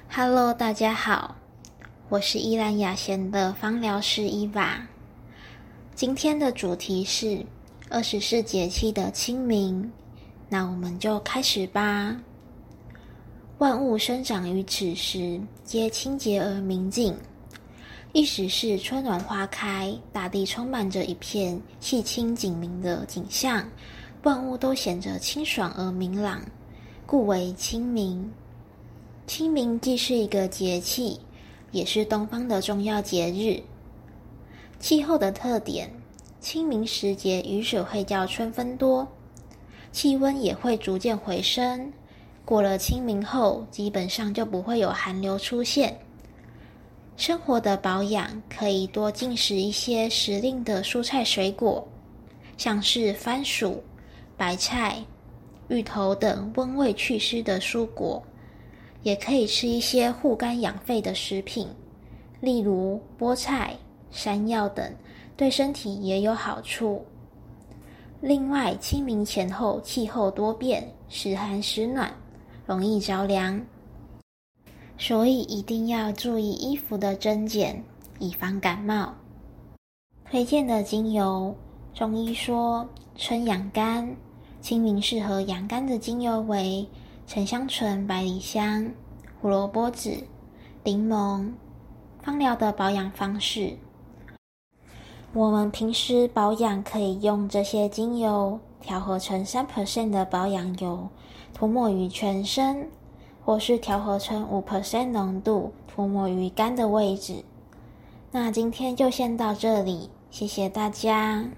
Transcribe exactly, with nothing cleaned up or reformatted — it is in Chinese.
Hello， 大家好，我是依兰雅贤的芳疗师伊娃。今天的主题是二十四节气的清明，那我们就开始吧。万物生长于此时，皆清洁而明净，意思是春暖花开，大地充满着一片气清景明的景象，万物都显着清爽而明朗，故为清明。清明既是一个节气，也是东方的重要节日。气候的特点，清明时节雨水会较春分多，气温也会逐渐回升。过了清明后，基本上就不会有寒流出现。生活的保养可以多进食一些时令的蔬菜水果，像是番薯、白菜、芋头等温胃祛湿的蔬果，也可以吃一些护肝养肺的食品，例如菠菜、山药等，对身体也有好处。另外，清明前后气候多变，时寒时暖，容易着凉，所以一定要注意衣服的增减，以防感冒。推荐的精油，中医说春养肝，清明适合养肝的精油为沉香醇、百里香、胡萝卜籽、柠檬。芳疗的保养方式，我们平时保养可以用这些精油调和成 百分之三 的保养油，涂抹于全身，或是调和成 百分之五 浓度，涂抹于肝的位置。那今天就先到这里，谢谢大家。